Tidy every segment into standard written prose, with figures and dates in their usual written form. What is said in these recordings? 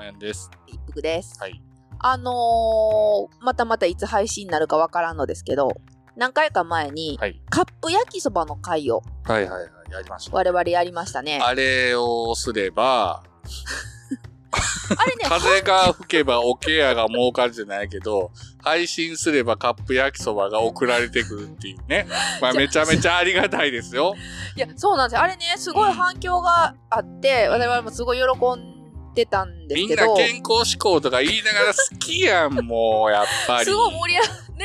まやんです。 一服です。 はい。 またいつ配信になるかわからんのですけど、何回か前に、 はい、 カップ焼きそばの回を、 やりました。 我々やりましたね。 あれをすれば、 あれね、 風が吹けばおケアが儲かるじゃないけど、配信すればカップ焼きそばが送られてくるっていうね。まあめちゃめちゃありがたいですよ。 いや、そうなんですよ。あれね、すごい反響があって、我々もすごい喜んでたんですけど。 みんな健康志向とか言いながら好きやん、もう、やっぱり。 すごい盛り上がって、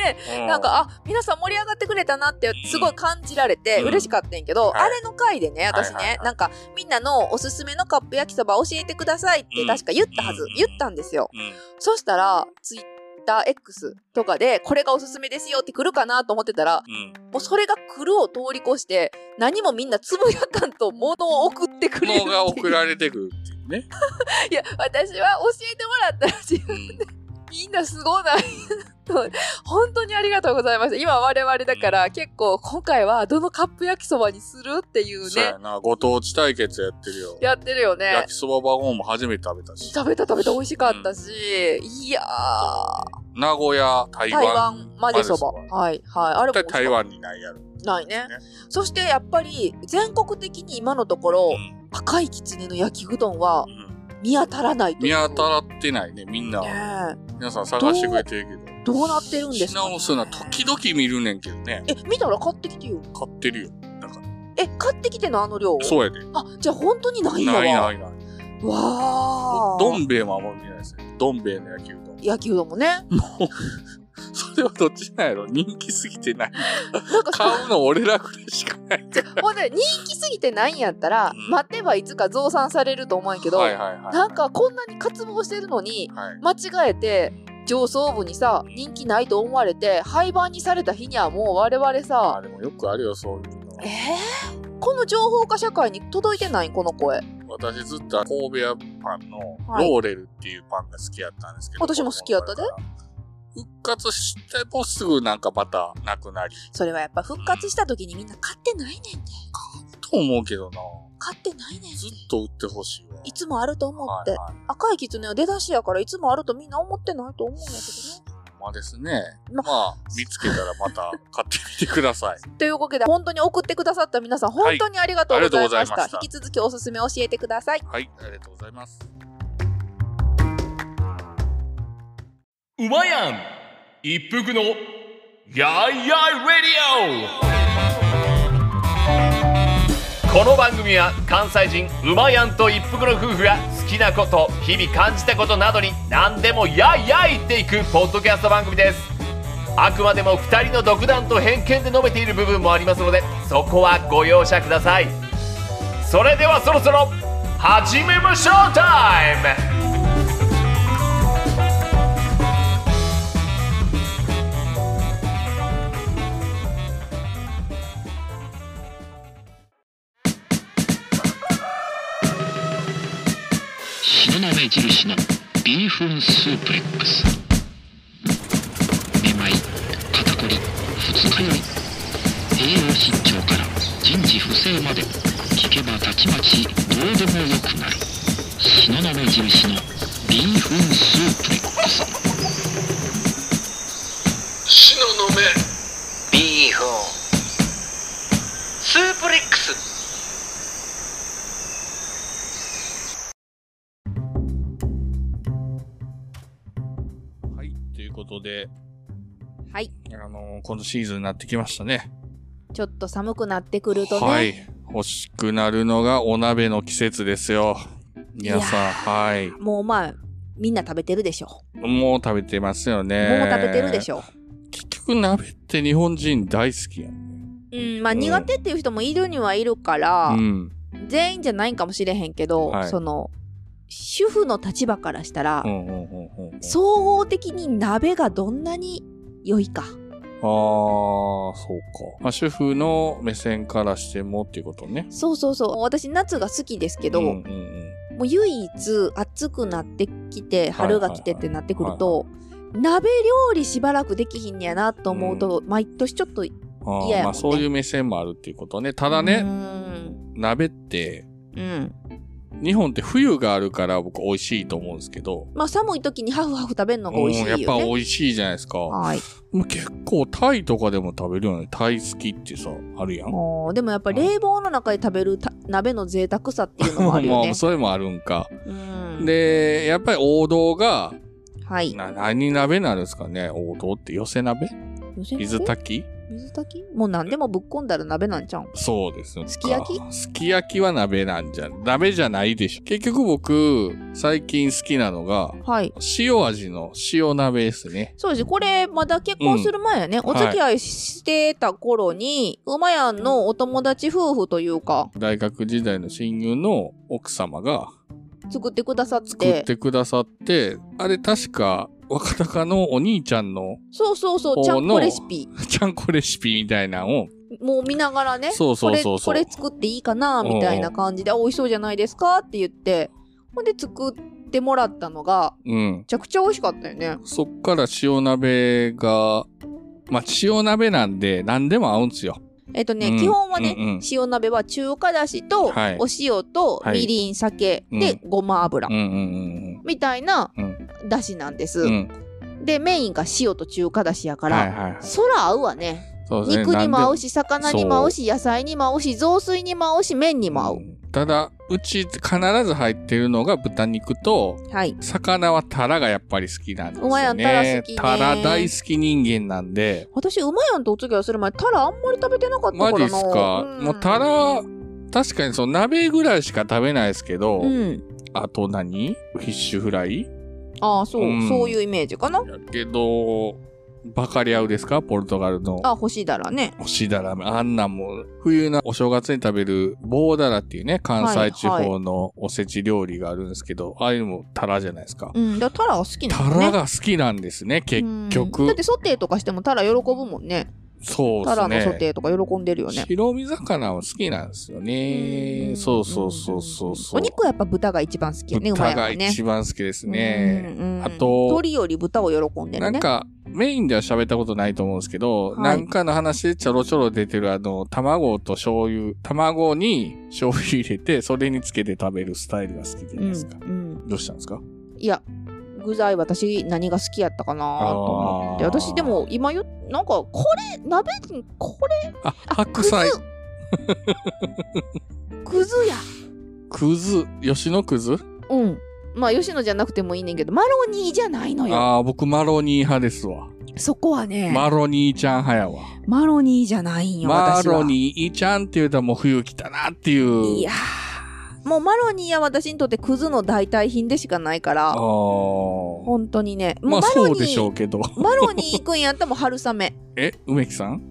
なんか、皆さん盛り上がってくれたなって、すごい感じられて、嬉しかったんやけど、あれの回でね、私ね、なんか、みんなのおすすめのカップ焼きそば教えてくださいって確か言ったんですよ。そしたら、ツイッター X とかで、これがおすすめですよって来るかなと思ってたら、もうそれが来るを通り越して、何もみんなつぶやかんと物を送ってくれる。 物が送られてくるっていうね。 いや、私は教えてもらったら自分で、みんなすごない本当にありがとうございました。今我々だから結構今回はどのカップ焼きそばにするっていうね。 そうやな、ご当地対決やってるよ。 やってるよね。 焼きそばバゴンも初めて食べたし。 食べた美味しかったし、いやー。 名古屋、台湾混ぜそば。はい。あれも台湾にないやろ。 ないね。そしてやっぱり全国的に今のところ、赤いきつねの焼きうどんは、見当たらないという。 見当たってないね、みんな。皆さん探してくれてるけど。 どうなってるんですか？ 品薄な時々見るねんけどね。 見たら買ってきてよ。 買ってるよ。だから。 買ってきてのあの量？ そうやで。 じゃあ本当にないんだわ。 ない。 わー。 どん兵衛もあんま見ないですよ。どん兵衛の焼きうどん。 焼きうどんもね。 もう、それはどっちなんやろ？人気すぎてない。なんか買うの俺らぐらいしかない。 ほんで、人気すぎてないんやったら、待てばいつか増産されると思うんやけど、なんかこんなに渇望してるのに、間違えて、上層部にさ、人気ないと思われて、廃盤にされた日にはもう我々さ、 でもよくあるよ、そういうの。 この情報化社会に届いてないこの声。 私ずっと神戸屋パンのローレルっていうパンが好きやったんですけど。 私も好きやったで。 復活してもすぐなんかまたなくなり。 それはやっぱ復活した時にみんな買ってないねんで。 買うと思うけどな。 買ってないねんで。 ずっと売ってほしいわ。 いつもあると思って。赤いきつねは出だしやからいつもあるとみんな思ってないと思うんやけどね。 まあですね。まあ、見つけたらまた買ってみてください。 というわけで、本当に送ってくださった皆さん、本当にありがとうございました。引き続きおすすめ教えてください。 はい、ありがとうございます。 うまやん一服のやいやいレディオ。この番組は関西人うまやんと一服の夫婦が好きなこと、日々感じたことなどに何でもやいやい言っていくポッドキャスト番組です。あくまでも2人の独断と偏見で述べている部分もありますので、そこはご容赦ください。それではそろそろ始めましょうタイム。 東雲印のビーフンスープレックス。めまい、肩こり、二日酔い、栄養失調から人事不正まで、聞けばたちまちどうでもよくなる東雲印のビーフンスープレックス。 東雲ビーフンスープレックス。 ということで、 はい。 このシーズンになってきましたね。 ちょっと寒くなってくるとね。 はい。欲しくなるのがお鍋の季節ですよ。皆さん、はい。 もうみんな食べてるでしょ。 もう食べてますよね。 もう食べてるでしょ。 結局鍋って日本人大好きやんね。 苦手っていう人もいるにはいるから、全員じゃないんかもしれへんけど、主婦の立場からしたら、総合的に鍋がどんなに良いか。 そうか。主婦の目線からしてもっていうことね。 そう。私夏が好きですけど、もう唯一暑くなってきて、春が来てってなってくると、鍋料理しばらくできひんやなと思うと、毎年ちょっと嫌やもんね。 そういう目線もあるっていうことね。ただね、鍋って、 日本って冬があるから僕美味しいと思うんですけど。 まあ寒い時にハフハフ食べるのが美味しいよね。 やっぱ美味しいじゃないですか。 はい。 結構タイとかでも食べるよね。タイ好きってさ、あるやん。 でもやっぱ冷房の中で食べる鍋の贅沢さっていうのもあるよね。 それもあるんか。で、やっぱり王道が、 はい。 何鍋になるんですかね、王道って。寄せ鍋？水炊き？ 水炊き？もう何でもぶっこんだら鍋なんちゃうん？ そうです。 すき焼き？ すき焼きは鍋なんじゃ、鍋じゃないでしょ。結局僕、最近好きなのが、 はい。 塩味の塩鍋ですね。 そうです。これ、まだ結婚する前やね。お付き合いしてた頃に、馬やんのお友達夫婦というか、 大学時代の親友の奥様が、 作ってくださって。 あれ確か、若鷹のお兄ちゃんの。 そう、ちゃんこレシピ。 ちゃんこレシピみたいなのを。 もう見ながらね。 そう。これ作っていいかなみたいな感じで、美味しそうじゃないですかって言って、ほんで作ってもらったのが、めちゃくちゃ美味しかったよね。 そっから塩鍋が、まあ、塩鍋なんで何でも合うんですよ。 基本はね、塩鍋は中華だしと、お塩と、みりん、酒、で、ごま油、みたいな、だしなんです。で、メインが塩と中華だしやから、そら合うわね。肉にも合うし、魚にも合うし、野菜にも合うし、雑炊にも合うし、麺にも合う。 ただ、うち必ず入ってるのが豚肉と、魚はタラがやっぱり好きなんですよね。 馬やんタラ好きね。 タラ大好き人間なんで。 私、馬やんとお付き合いする前、タラあんまり食べてなかったからな。 マジっすか。もうタラ、確かにその鍋ぐらいしか食べないですけど、あとフィッシュフライ？ ああ、そういうイメージかな。 やけど、バカリャウですか？ポルトガルの。 干しだらね。 干しだら。あんなんも、冬のお正月に食べる棒だらっていうね、関西地方のおせち料理があるんですけど、ああいうのもタラじゃないですか。 だからタラが好きなんだね。 タラが好きなんですね、結局。 だってソテーとかしてもタラ喜ぶもんね。 そうですね。 タラのソテーとか喜んでるよね。 白身魚も好きなんですよね。そう。 お肉はやっぱ豚が一番好きよね、 豚が一番好きですね。あと、 鶏より豚を喜んでるね。 なんか、メインでは喋ったことないと思うんですけど、なんかの話でちょろちょろ出てる卵と醤油、卵に醤油入れて、それにつけて食べるスタイルが好きじゃないですか。どうしたんですか？ いや、具材私何が好きやったかなと思って。私でも今なんか鍋に白菜。 くずや。 くず、吉野くず？ まあ吉野じゃなくてもいいねんけど、マロニーじゃないのよ。 僕マロニー派ですわ。 そこはね。 マロニーちゃん派やわ。 マロニーじゃないんよ、私は。 マロニーちゃんって言うともう冬来たなっていう。 いやもうマロニーは私にとってクズの代替品でしかないから。本当にね。 まあそうでしょうけど。 マロニー行くんやったらもう春雨。 梅木さん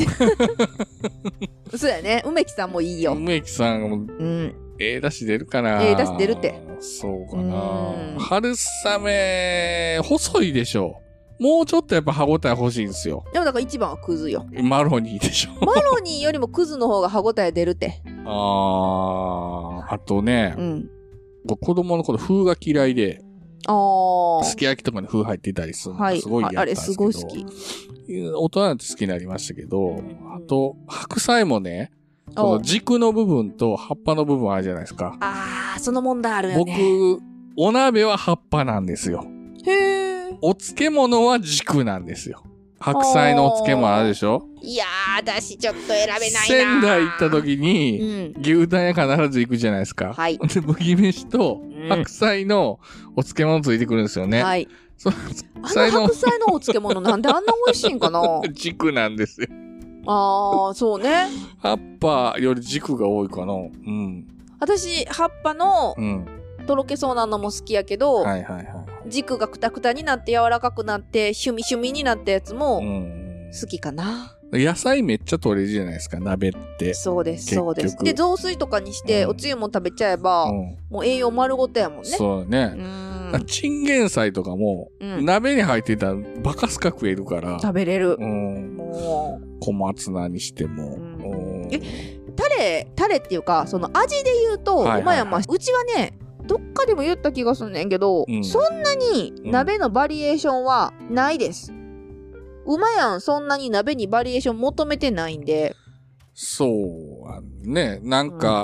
そうやね。梅木さんもいいよ。 梅木さんも、出汁出るかな？ 出汁出るって。 そうかな。春雨、細いでしょ。もうちょっとやっぱ歯応え欲しいんですよ。 でもだから一番はクズよ。 マロニーでしょ。 マロニーよりもクズの方が歯応え出るって。 あとね、子供の頃風が嫌いで、すき焼きとかに風入ってたりするのがすごい嫌だったんですけど、 あれすごい好き。 大人って好きになりましたけど、あと、白菜もね、この軸の部分と葉っぱの部分あるじゃないですか。 その問題あるよね。 僕、お鍋は葉っぱなんですよ。お漬物は軸なんですよ。白菜のお漬物あるでしょ？ いやー、私ちょっと選べないな。 仙台行った時に、牛タン屋必ず行くじゃないですか。 はい。 で、麦飯と白菜のお漬物ついてくるんですよね。 はい。あの白菜のお漬物なんであんな美味しいんかな？ 軸なんですよ。 そうね。 葉っぱより軸が多いかな。 私、葉っぱの、とろけそうなのも好きやけど、軸がクタクタになって柔らかくなってシュミシュミになったやつも好きかな。 野菜めっちゃ取れるじゃないですか、鍋って。 そうです。で、雑炊とかにしておつゆも食べちゃえば、もう栄養丸ごとやもんね。 そうね。チンゲン菜とかも、鍋に入ってたらバカスカ食えるから。 食べれる。 小松菜にしても。 タレっていうか、その味で言うと、馬山、うちはね、どっかでも言った気がするねんけど、そんなに鍋のバリエーションはないです。馬やんそんなに鍋にバリエーション求めてないんで。 そうね。なんか、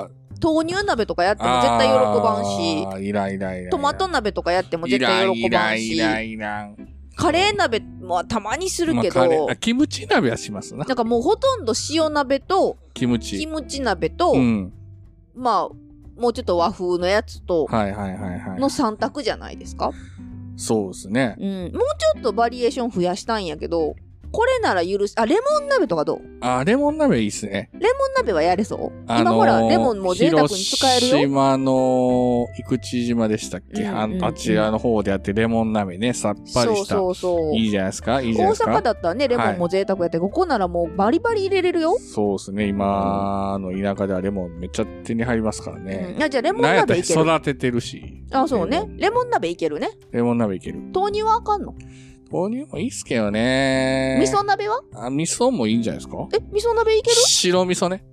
豆乳鍋とかやっても絶対喜ばんし、 いらんいらんいらん。 トマト鍋とかやっても絶対喜ばんし、 いらんいらん。 カレー鍋もたまにするけど、 キムチ鍋はしますな。 なんかもうほとんど塩鍋とキムチ鍋と、 うん、 まあもうちょっと和風のやつとの3択じゃないですか。 そうですね。 うん、もうちょっとバリエーション増やしたいんやけど、これなら許す。レモン鍋とかどう？ レモン鍋いいっすね。 レモン鍋はやれそう？今ほら、レモンも贅沢に使えるよ。 広島の生口島でしたっけ、あちらの方でやってレモン鍋ね、さっぱりした。そういいじゃないですか。いいじゃないですか。 大阪だったらね、レモンも贅沢やって、ここならもうバリバリ入れれるよ。 そうですね。今の田舎ではレモンめっちゃ手に入りますからね。 じゃあレモン鍋いける。 育ててるし。 そうね。レモン鍋いけるね。 レモン鍋いける。 豆乳はあかんの？ 豆乳もいいっすけどね。 味噌鍋は？ 味噌もいいんじゃないですか？ 味噌鍋いける？ 白味噌ね。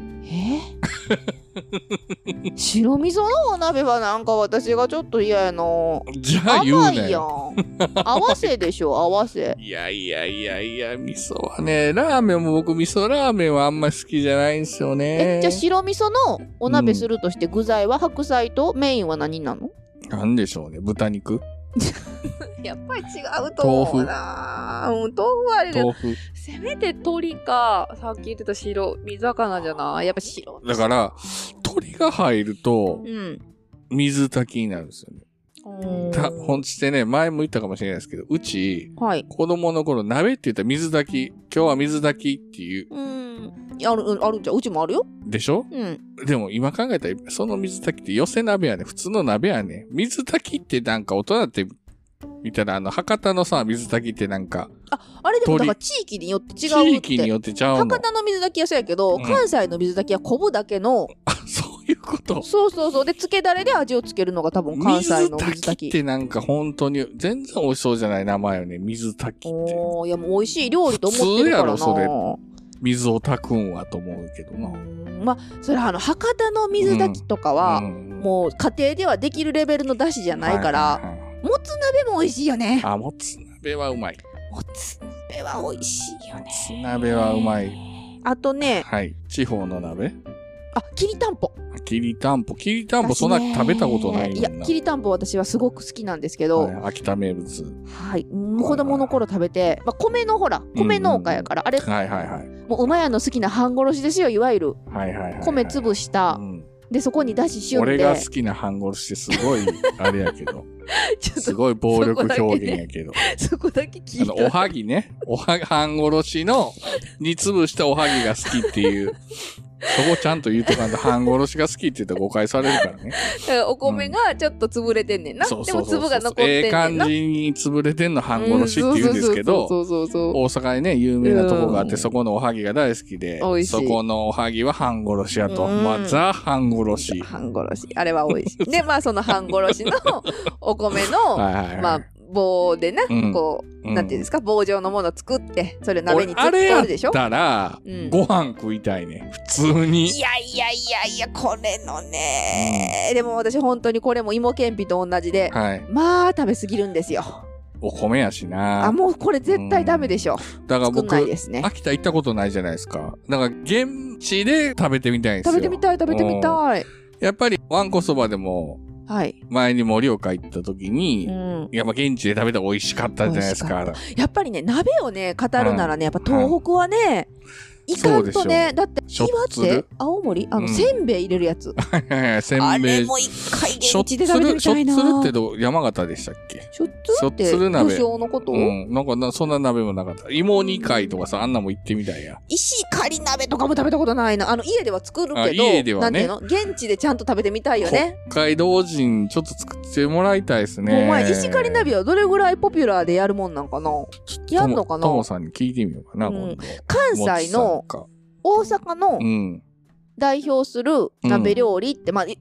白味噌のお鍋はなんか私がちょっと嫌やの。 じゃあ言うね。 甘いやん。合わせでしょ、合わせ。 いや、味噌はね、ラーメンも僕味噌ラーメンはあんま好きじゃないんですよね。 じゃあ白味噌のお鍋するとして具材は白菜とメインは何なの？ なんでしょうね、豚肉やっぱり違うと思うな。豆腐はあれでせめて鶏か、さっき言ってた白身魚じゃない。やっぱ白だから鶏が入ると水炊きになるんですよね。ほんとしてね、前も言ったかもしれないですけど、うち、子供の頃鍋って言ったら水炊き、今日は水炊きっていう。 あるじゃん。うちもあるよ。 でしょ？でも今考えたら、その水炊きって寄せ鍋やね。普通の鍋やね。水炊きってなんか大人って見たら博多のさ、水炊きってなんか。 あれでもだから地域によって違うって。 地域によってちゃうの。 博多の水炊きはそうやけど、関西の水炊きは昆布だけの。 そういうこと。 そう。で、漬けだれで味をつけるのが多分関西の水炊き。 水炊きってなんか本当に全然美味しそうじゃない名前よね。水炊きって。 いやもう美味しい料理と思ってるからな。 普通やろ、それ。水を炊くんはと思うけどな。 まあ、それ博多の水炊きとかは、もう家庭ではできるレベルの出汁じゃないから、もつ鍋も美味しいよね。 もつ鍋はうまい。 もつ鍋は美味しいよね。 もつ鍋はうまい。 あとね。 地方の鍋？ きりたんぽ。 きりたんぽそんな食べたことないもんな。 いや、きりたんぽ私はすごく好きなんですけど。 秋田名物。 子供の頃食べて、米の米農家やから、あれ。もう馬屋の好きな半殺しですよ、いわゆる。米潰した。で、そこにだししゅんで。 俺が好きな半殺しってすごい、あれやけど。すごい暴力表現やけど。 そこだけ聞いた。 おはぎね。半殺しの、に潰したおはぎが好きっていう。そこちゃんと言うとかんと、半殺しが好きって言ったら誤解されるからね。 お米がちょっと潰れてんねんな。でも粒が残ってんねんな。 感じに潰れてんの半殺しって言うんですけど、大阪にね、有名なとこがあって、そこのおはぎが大好きで、そこのおはぎは半殺しやと。ザ半殺し。 半殺し。あれは美味しい。で、その半殺しのお米の、棒でな、こう、なんていうんですか、棒状のものを作って、それを鍋に突っ込むでしょ。 あれやったら、ご飯食いたいね。普通に。 いや、これのね、でも私本当にこれも芋けんぴと同じで、まあ食べ過ぎるんですよ。 お米やしな。 もうこれ絶対ダメでしょ。 だから僕、秋田行ったことないじゃないですか。だから現地で食べてみたいんですよ。 食べてみたい。 やっぱりわんこそばでも、前に盛岡行った時に、やっぱ現地で食べたら美味しかったじゃないですか。 やっぱりね、鍋をね、語るならね、やっぱ東北はね、いかんとね、だって岩手、青森、せんべい入れるやつ。 せんべい。 あれも一回現地で食べてみたいな。 しょっつるって山形でしたっけ？ しょっつるって武将のこと？ なんかそんな鍋もなかった。芋煮会とかさ、あんなも行ってみたいや。 石狩鍋とかも食べたことないな。家では作るけど、 家ではね。 なんていうの？現地でちゃんと食べてみたいよね。 北海道人ちょっと作ってもらいたいですね。 お前、石狩鍋はどれぐらいポピュラーでやるもんなんかな？やんのかな？ ともさんに聞いてみようかな。 関西の大阪の代表する鍋料理って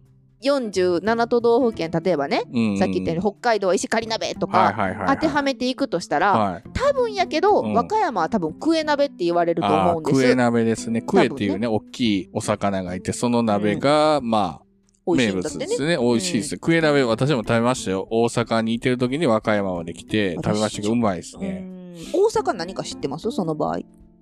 、47都道府県、例えばね、さっき言ったように北海道石狩鍋とか当てはめていくとしたら、多分やけど、和歌山は多分クエ鍋って言われると思うんです。 クエ鍋ですね。クエっていうね、大きいお魚がいて、その鍋が、名物ですね。美味しいです。クエ鍋、私も食べましたよ。大阪にいてる時に和歌山まで来て食べましたけど、うまいですね。 大阪何か知ってます？その場合。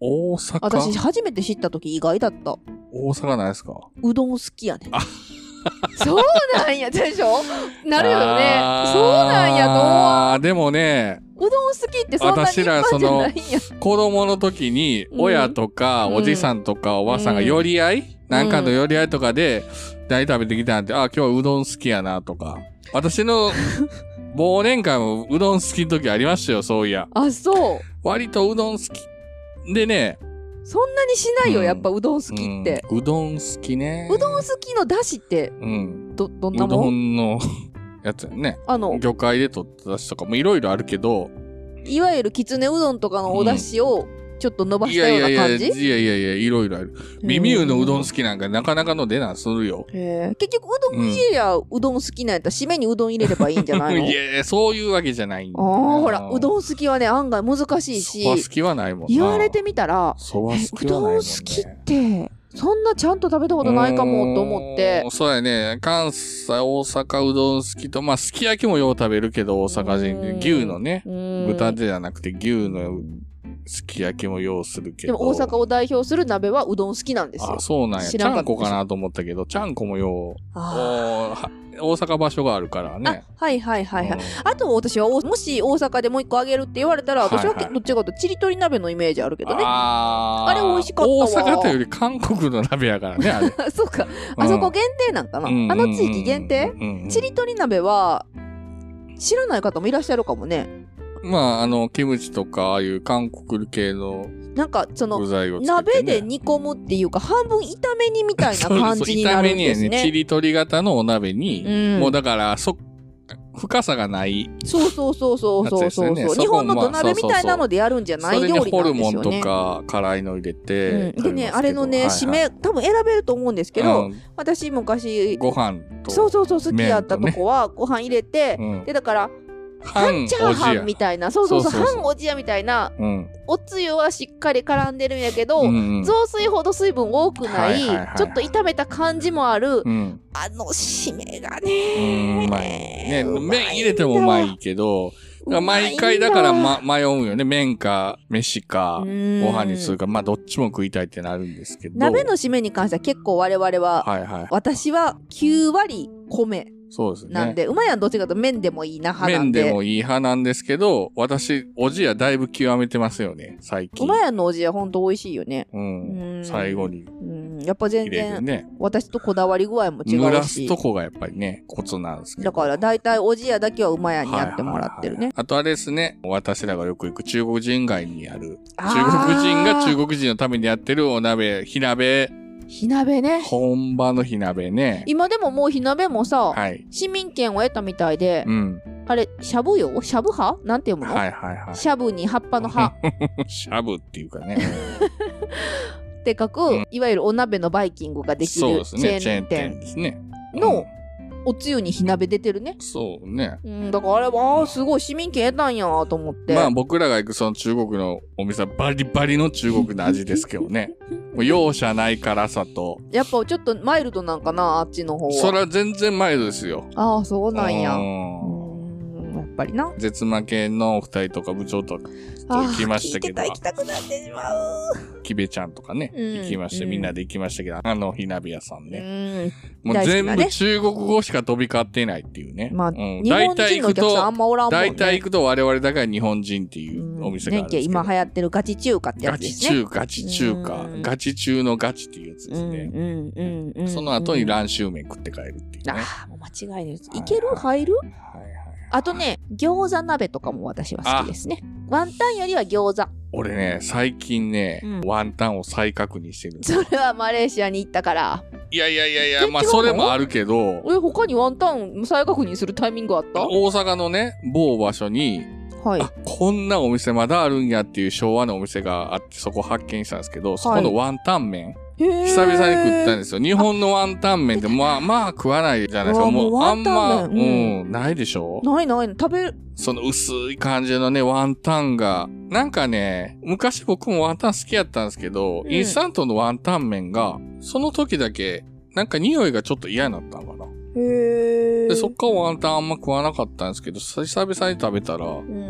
大阪私初めて知った時意外だった。 大阪ないですか？ うどん好きやね。そうなんやでしょ？なるよね。そうなんやと思うわ。 でもね、 うどん好きってそんなに一般じゃないんや。 子供の時に親とかおじさんとかおばさんが寄り合い、なんかの寄り合いとかで何食べてきたんで、あ、今日はうどん好きやなとか。私の忘年会もうどん好きの時ありましたよ、そういや。 あ、そう。 割とうどん好き。でね、 そんなにしないよ、やっぱうどん好きって。 うどん好きね。 うどん好きのだしって、どんなもん？ うどんのやつやね。魚介で取っただしとかもいろいろあるけど、 いわゆるきつねうどんとかのおだしをちょっと伸ばしたような感じ？ いや、いろいろある。耳うのうどん好きなんかなかなかの出なんするよ。 結局うどん入れりゃうどん好きなんやったら締めにうどん入れればいいんじゃないの？ いや、そういうわけじゃないんだ。 ほら、うどん好きはね、案外難しいし。 そば好きはないもんな。 言われてみたら、うどん好きって、そんなちゃんと食べたことないかもと思って。 そうやね。関西、大阪うどん好きと、まあ、すき焼きもよう食べるけど、大阪人。牛のね。豚でじゃなくて牛のすき焼きもようするけど。 でも大阪を代表する鍋はうどん好きなんですよ。 あ、そうなんや。ちゃんこかなと思ったけど、ちゃんこもよう。大阪場所があるからね。 はい。あと私は、もし大阪でもう一個あげるって言われたら、私はどっちかというとチリトリ鍋のイメージあるけどね。あれ美味しかったわ。 大阪というより韓国の鍋やからね、あれ。 そうか。あそこ限定なんかな。あの地域限定？チリトリ鍋は、知らない方もいらっしゃるかもね。 まあ、キムチとか、ああいう韓国系のなんか、その、 具材をつけてね、 鍋で煮込むっていうか、半分炒め煮みたいな感じになるんですね。 炒め煮やね。チリ取り型のお鍋に、もうだから、深さがない。 そう。日本の土鍋みたいなのでやるんじゃない料理なんですよね。 ホルモンとか辛いの入れて、 でね、あれのね、締め、多分選べると思うんですけど、私昔、 ご飯と。 そう好きやったとこは、ご飯入れて、で、だから、半チャーハンみたいな、半おじやみたいな、おつゆはしっかり絡んでるんやけど、雑炊ほど水分多くない、ちょっと炒めた感じもある、あの締めがね、 うまいね。麺入れてもうまいけど、毎回だから迷うんよね。麺か飯かご飯にするか、まあどっちも食いたいってなるんですけど。 鍋の締めに関しては結構我々は、私は9割米。 そうですね。 なんで、うまいやんどっちかと麺でもいいな派なんで。 麺でもいい派なんですけど、私、おじやだいぶ極めてますよね、最近。 うまいやんのおじやほんと美味しいよね。最後に。 やっぱ全然、私とこだわり具合も違うし。 蒸らすとこがやっぱりね、コツなんですけど。 だから大体おじやだけはうまいやんにやってもらってるね。 あとあれですね、私らがよく行く中国人街にある、中国人が中国人のためにやってるお鍋、火鍋。 火鍋ね。 本場の火鍋ね。 今でももう火鍋もさ、市民権を得たみたいで、あれ、しゃぶよ？しゃぶ葉？なんて読むの？しゃぶに葉っぱの葉。 しゃぶっていうかね。 って書く、いわゆるお鍋のバイキングができるチェーン店ですね。の、おつゆに火鍋出てるね。 そうね。 だからあれは、すごい市民権得たんやと思って。 まあ僕らが行くその中国のお店はバリバリの中国の味ですけどね。もう容赦ない辛さと。 やっぱちょっとマイルドなんかな、あっちの方は。 それは全然マイルドですよ。 ああ、そうなんや。やっぱりな。 絶負けのお二人とか部長と行きましたけど。 行きたくなってしまう。 キベちゃんとかね、行きまして、みんなで行きましたけど、火鍋屋さんね。もう全部中国語しか飛び交っていないっていうね。 まあ、日本人のお客さんあんまおらんもんね。 大体行くと我々だから日本人っていうお店があるんですけど。 今流行ってるガチ中華ってやつですね。 ガチ中華。ガチ中のガチっていうやつですね。その後に卵州麺食って帰るっていうね。 ああ、もう間違いないです。いける？入る？あとね、餃子鍋とかも私は好きですね。ワンタンよりは餃子。 俺ね、最近ね、ワンタンを再確認してるんですよ。それはマレーシアに行ったから。 いや、まあそれもあるけど。 他にワンタン再確認するタイミングあった？ 大阪のね、某場所に、こんなお店まだあるんやっていう昭和のお店があって、そこ発見したんですけど、そこのワンタン麺。久々に食ったんですよ。日本のワンタン麺ってまあ食わないじゃないですか。もうあんま、ないでしょ？ ない。食べる。 その薄い感じのね、ワンタンが。なんかね、昔僕もワンタン好きやったんですけど、インスタントのワンタン麺が、その時だけ、なんか匂いがちょっと嫌になったのかな。で、そっからワンタンあんま食わなかったんですけど、久々に食べたら、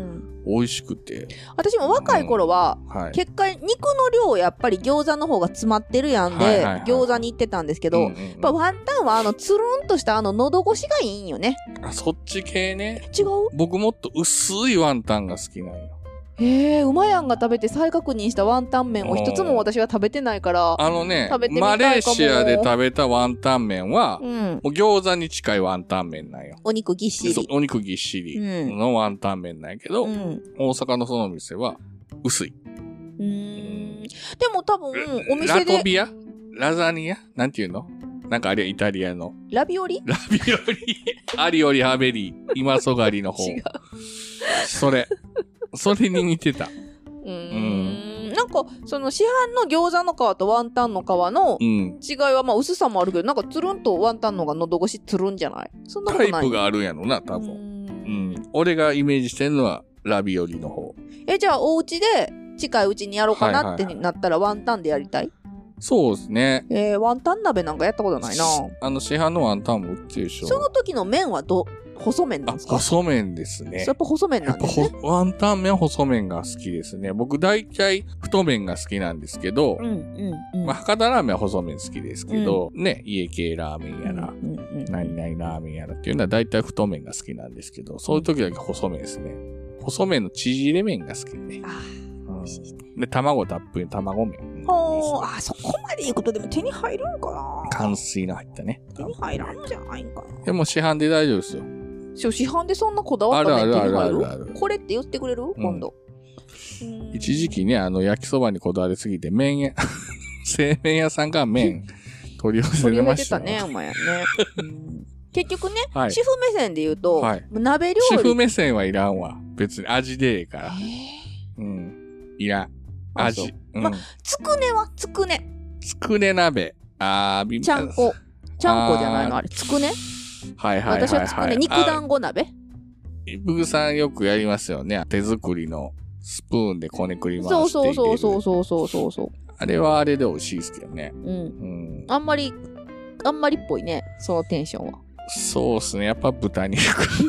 美味しくて。 私も若い頃は、 はい。 結果肉の量やっぱり餃子の方が詰まってるやんで、 はいはいはい餃子に行ってたんですけど、 うんうんうんやっぱワンタンはつるんとした喉越しがいいんよね。 あ、そっち系ね。 違う？ 僕もっと薄いワンタンが好きなんよ。 へえ、うまやんが食べて再確認したワンタン麺を一つも私は食べてないから。食べてみたいかも。 マレーシアで食べたワンタン麺は、 うん。 もう餃子に近いワンタン麺なんよ。 お肉ぎっしり。 お肉ぎっしりのワンタン麺なんやけど、 うん。 大阪のその店は薄い。 でも多分、お店で。 ラトビアラザニアなんていうのなんかあれイタリアの。 ラビオリラビオリアリオリハベリ今そがりの方。 違う。 それに似てた。 なんか、その市販の餃子の皮とワンタンの皮の違いは、まあ薄さもあるけど、なんかつるんとワンタンの方が喉越しつるんじゃない？そんなことない。 タイプがあるんやろな、多分。俺がイメージしてるのはラビオリの方。 じゃあお家で近いうちにやろうかなってなったらワンタンでやりたい？ そうですね。 ワンタン鍋なんかやったことないな。 市販のワンタンも売ってるでしょ。 その時の麺は細麺なんですか？細麺ですね。 やっぱ細麺なんですね。 ワンタン麺は細麺が好きですね。僕大体太麺が好きなんですけど、博多ラーメンは細麺好きですけど、ね、家系ラーメンやら、何々ラーメンやらっていうのは大体太麺が好きなんですけど、そういう時だけ細麺ですね。細麺の縮れ麺が好きね。で、卵たっぷりの卵麺。 そこまでいいことでも手に入るんかな？ 乾水の入ったね。 手に入らんのじゃないんかな？ でも市販で大丈夫ですよ。 市販でそんなこだわった麺手に入る？ ある。 これって言ってくれる？今度。 一時期ね、焼きそばにこだわりすぎて、製麺屋さんが麺取り寄せてました。 取り寄せてたね、お前やね。結局ね、主婦目線で言うと、鍋料理。 主婦目線はいらんわ。別に味でええから。いらん。味。 つくねはつくね。 つくね鍋。 ちゃんこじゃないのあれ。つくね？私はつくね。肉団子鍋？ ブグさんよくやりますよね。手作りのスプーンでこねくり回して入れる。 そう。 あれはあれで美味しいですけどね。 あんまりっぽいね。そのテンションは。 そうですね。やっぱ豚肉。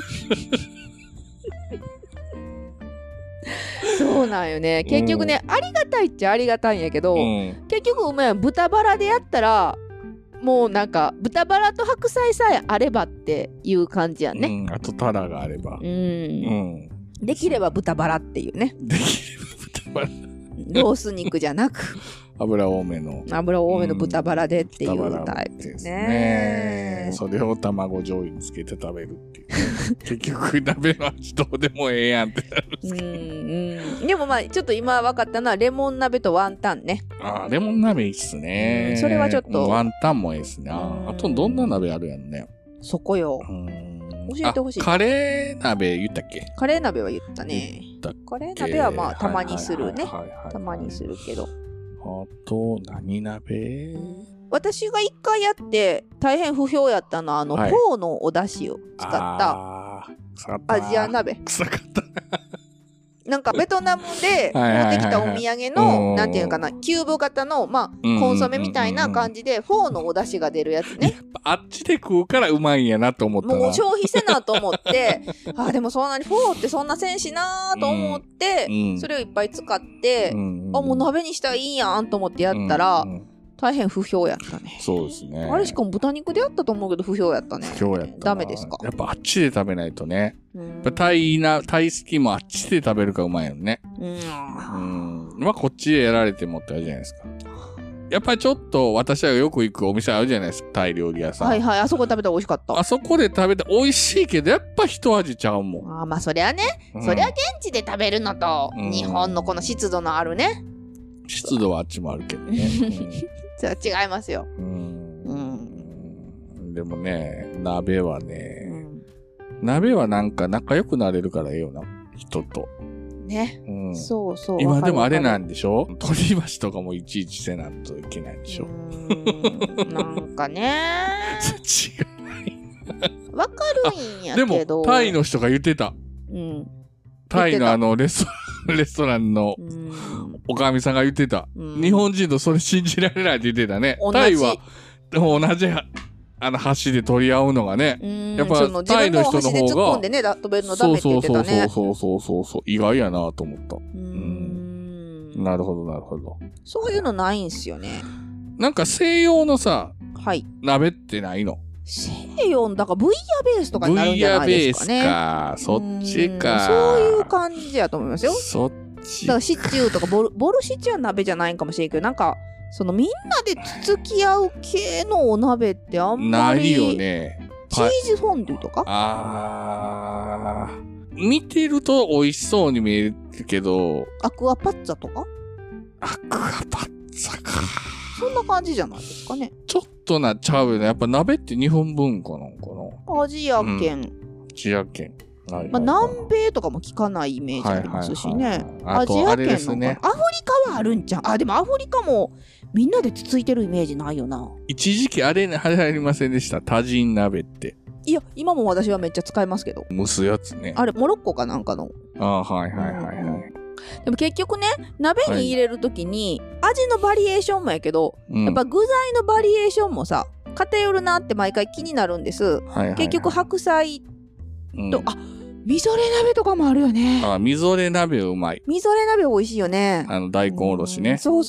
そうなんよね。結局ね、ありがたいっちゃありがたいんやけど、結局豚バラでやったらもうなんか豚バラと白菜さえあればっていう感じやね。 あとタラがあれば。 できれば豚バラっていうね。 できれば豚バラ。 ロース肉じゃなく油多めの豚バラでっていうタイプですね。 それを卵醤油につけて食べるっていう結局鍋の味どうでもええやんってなるんですけど。 でもまあちょっと今分かったのはレモン鍋とワンタンね。 レモン鍋いいっすね。 それはちょっとワンタンもいいっすね。あとどんな鍋あるやんね。 そこよ。教えてほしい。 カレー鍋言ったっけ？ カレー鍋は言ったね。カレー鍋はまあたまにするね。たまにするけど。 あと何鍋？ 私が一回やって大変不評やったのはフォーのお出汁を使ったアジア鍋。 臭かったなんかベトナムで持ってきたお土産のなんていうかなキューブ型のまあコンソメみたいな感じでフォーのお出汁が出るやつね。 あっちで食うからうまいんやなと思ったな。 もう消費せなと思ってでもそんなにフォーってそんなせんしなと思ってそれをいっぱい使ってもう鍋にしたらいいやんと思ってやったら大変不評やったね。 そうですね。 あれしかも豚肉でやったと思うけど不評やったね。 不評やった。 ダメですか？ やっぱあっちで食べないとね。タイ好きもあっちで食べるかうまいよね。まあこっちでやられてもってあるじゃないですか。やっぱりちょっと私はよく行くお店あるじゃないですか。タイ料理屋さん。 あそこで食べたら美味しかった。 あそこで食べて美味しいけどやっぱ一味ちゃうもん。 まあそりゃね、そりゃ現地で食べるのと日本のこの湿度のあるね。 湿度はあっちもあるけどね。 それは違いますよ。 でもね、鍋はなんか仲良くなれるからええよな、人と。 ね。そうそう。 今でもあれなんでしょ？鳥箸とかもいちいちせなんといけないでしょ。 なんかね。 違う。 わかるんやけど。 でも、タイの人が言ってた。タイのレストランのおかみさんが言ってた。日本人とそれ信じられないって言ってたね。タイは同じ箸で取り合うのがね。やっぱ、タイの人の方が。自分の箸で突っ込んでね、食べるのダメって言ってたね。そう。意外やなと思った。なるほど。 そういうのないんすよね。 なんか西洋のさ、 はい。 鍋ってないの？ 西洋の、だからブイヤベースとかになるんじゃないですかね。 ブイヤベースか。そっちか。 そういう感じやと思いますよ。 そっち。 だからシチューとかボルシチューは鍋じゃないんかもしれんけど、なんか、みんなでつつき合う系のお鍋ってあんまり。 ないよね。 チーズフォンデュとか？ 見てると美味しそうに見えるけど。 アクアパッツァとか？ アクアパッツァか。 そんな感じじゃないですかね。 ちょっとなっちゃうよね。やっぱ鍋って日本文化なのかな？アジア圏。 アジア圏。 南米とかも聞かないイメージありますしね。アジア圏の、ね、アフリカはあるんちゃう？でもアフリカもみんなでつついてるイメージないよな。 一時期あれりませんでした？タジン鍋って。 いや、今も私はめっちゃ使いますけど。 蒸すやつね。 あれ、モロッコかなんかの。 はい。 でも結局ね、鍋に入れるときに、味のバリエーションもやけど、やっぱ具材のバリエーションもさ、偏るなって毎回気になるんです。結局白菜と、みぞれ鍋とかもあるよね。 みぞれ鍋うまい。 みぞれ鍋美味しいよね。 大根おろしね。 そう。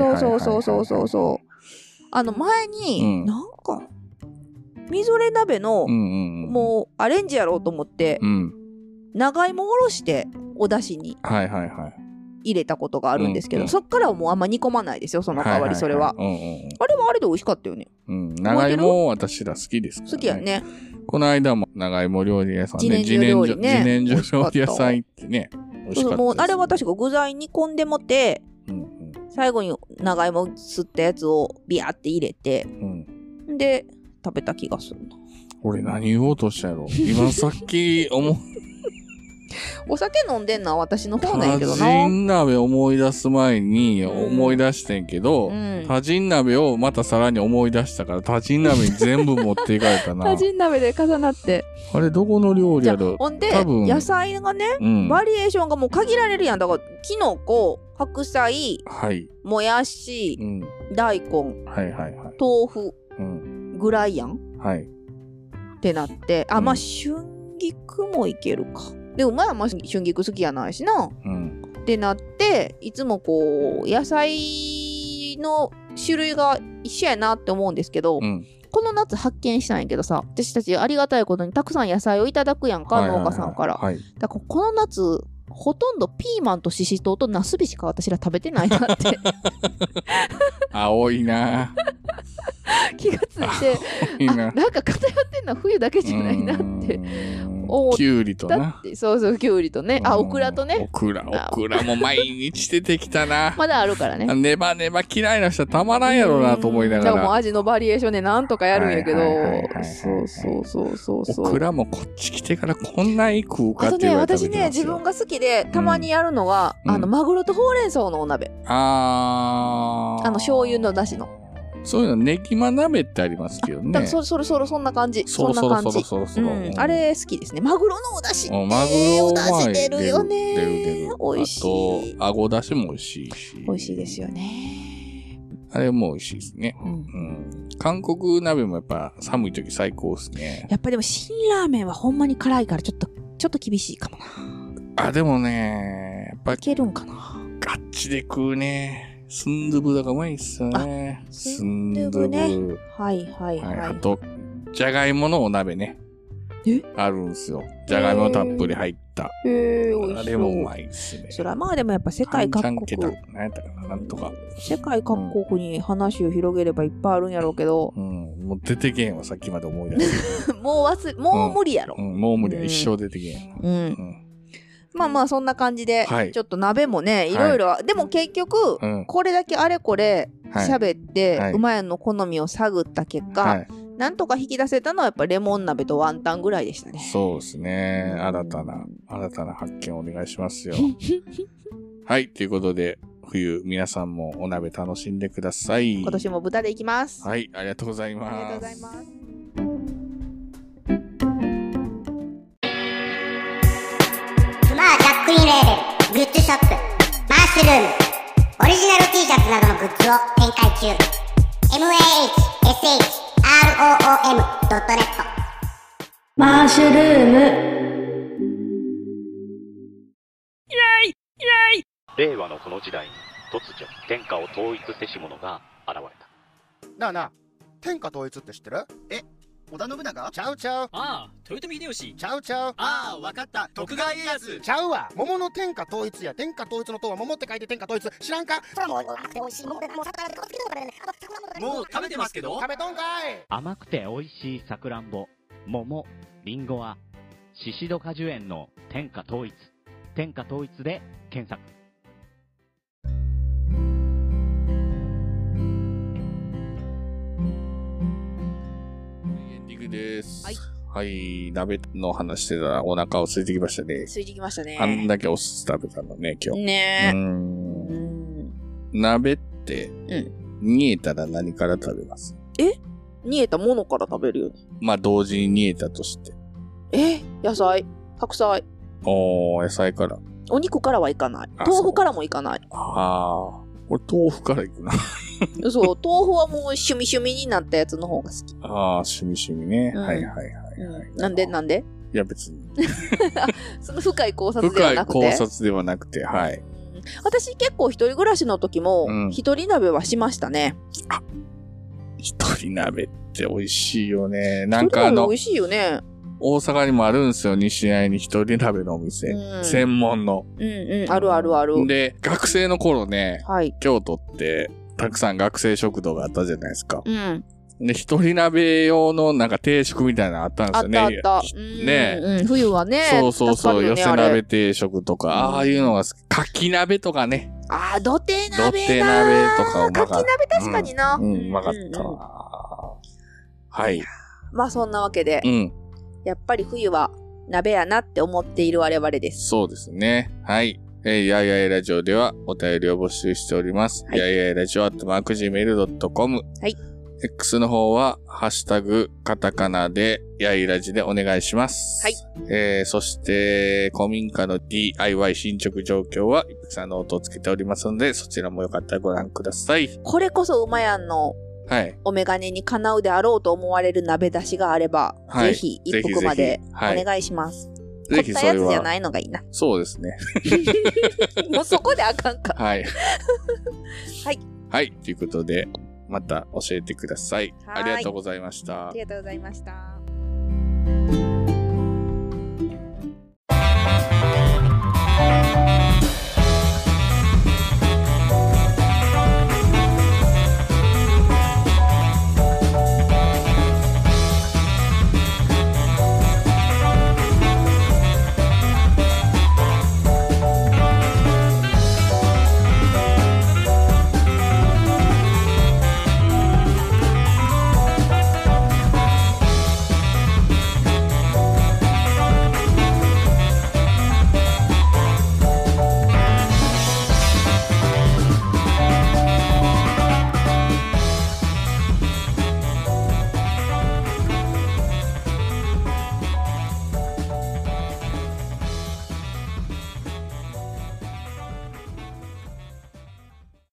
前に、なんか、みぞれ鍋の、もうアレンジやろうと思って、長芋おろしてお出汁に入れたことがあるんですけど、そっからはもうあんま煮込まないですよ、その代わりそれは。あれはあれで美味しかったよね。 長芋私ら好きですからね。 好きやね。 この間も長芋料理屋さんね、自然薯料理屋さん行ってね、美味しかったです。 もうあれは確か具材煮込んでもて、最後に長芋吸ったやつをビヤって入れて、で、食べた気がするな。 俺何言おうとしたやろ。今さっきお酒飲んでんのは私の方なんやけどな。 タジン鍋思い出す前に思い出してんけど、タジン鍋をまたさらに思い出したから、タジン鍋に全部持っていかれたな。 タジン鍋で重なって。 あれどこの料理やろ？ ほんで、野菜がね、バリエーションがもう限られるやん。だから、キノコ、白菜、もやし、大根、豆腐、ぐらいやん。ってなって、まあ、春菊もいけるか。でも前は春菊好きやないしな、ってなっていつもこう野菜の種類が一緒やなって思うんですけど、この夏発見したんやけどさ、私たちありがたいことにたくさん野菜をいただくやんか、農家さんから。だからこの夏ほとんどピーマンとシシトウとナスビしか私ら食べてないなって青いな気がついて、なんか偏ってんのは冬だけじゃないなって思った。 キュウリとな。 そうキュウリとね。オクラとね。 オクラも毎日出てきたな。 まだあるからね。 ネバネバ嫌いな人はたまらんやろうなと思いながら。 じゃあもう味のバリエーションでなんとかやるんやけど。 オクラもこっち来てからこんなに食うかって言われた時私ね、自分が好きでたまにやるのは、マグロとほうれん草のお鍋。醤油の出汁の。 そういうのネギマ鍋ってありますけどね。 そろそんな感じ。そんな感じ。あれ好きですね。マグロのお出汁。 マグロお出汁出るよね。 出る。 美味しい。 あと、あご出汁も美味しいし。 美味しいですよね。 あれも美味しいですね。韓国鍋もやっぱ寒い時最高ですね。 やっぱでも辛ラーメンはほんまに辛いからちょっと厳しいかもな。 でもね、やっぱいけるんかな。 ガッチで食うね。スンドゥブだからうまいっすよね。 スンドゥブね。はいあと、じゃがいものお鍋ね。あるんすよ。じゃがいもたっぷり入った。 美味しそう。 あれもうまいっすね。 それはまあでもやっぱ世界各国。 なんとか。 世界各国に話を広げればいっぱいあるんやろうけど。 もう出てけんわ、さっきまで思い出して。 もう無理やろ。 もう無理や。一生出てけん。 まあそんな感じで、ちょっと鍋もね、いろいろ、でも結局、これだけあれこれ喋って、うまやんの好みを探った結果、なんとか引き出せたのはやっぱレモン鍋とワンタンぐらいでしたね。 そうですね。新たな発見をお願いしますよ。はい、ということで、冬、皆さんもお鍋楽しんでください。 今年も豚でいきます。 はい、ありがとうございます。 ありがとうございます。 ジャックインレーベルグッズショップマッシュルームオリジナル T シャツなどのグッズを展開中。 room.net。 マッシュルーム。 令和のこの時代に突如天下を統一せし者が現れた。 なあなあ、天下統一って知ってる？ 織田信長？ ちゃうちゃう。 ああ、豊臣秀吉。 ちゃうちゃう。 ああ、わかった。徳川家康。 ちゃうわ。桃の天下統一や。天下統一の塔は桃って書いて天下統一。知らんか？ もう食べてますけど。 食べとんかい。 甘くて美味しいさくらんぼ、桃、りんごは宍戸果樹園の天下統一。天下統一で検索。 エンディングです。 はい。 はい。鍋の話してたらお腹を空いてきましたね。 空いてきましたね。 あんだけお寿司食べたのね、今日。 ね鍋って、煮えたら何から食べます？ 煮えたものから食べるよね。 まあ、同時に煮えたとして。 野菜、白菜。 野菜から。 お肉からはいかない。豆腐からもいかない。 俺豆腐からいくな。 そう、豆腐はもう趣味趣味になったやつの方が好き。 趣味趣味ね。はいはいはい。 なんでいや別に。 その深い考察ではなくて。 深い考察ではなくて、はい。 私結構一人暮らしの時も、一人鍋はしましたね。 一人鍋って美味しいよね。 なんか美味しいよね。 大阪にもあるんですよ、西成に一人鍋のお店。専門の。 あるあるある。 で、学生の頃ね、京都ってたくさん学生食堂があったじゃないですか。で、一人鍋用のなんか定食みたいなのあったんですよね。 あった。ね冬はね。 そう。寄せ鍋定食とか、ああいうのが好き。かき鍋とかね。 土手鍋。 土手鍋とかうまかった。 かき鍋確かにな。 うまかったわ。はい。 まあそんなわけで。やっぱり冬は鍋やなって思っている我々です。 そうですね。はい。やいやいラジオではお便りを募集しております。やいやいラジオ@gmail.com。はい。X の方は、ハッシュタグ、カタカナで、やいラジでお願いします。はい。そして、古民家の DIY 進捗状況は、いくさんの音をつけておりますので、そちらもよかったらご覧ください。 これこそ馬やんの、お眼鏡にかなうであろうと思われる鍋出しがあれば、ぜひ一服までお願いします。凝ったやつじゃないのがいいな。 そうですね。 もうそこであかんか。 はい。 はい。 はい。ということで、また教えてください。ありがとうございました。 ありがとうございました。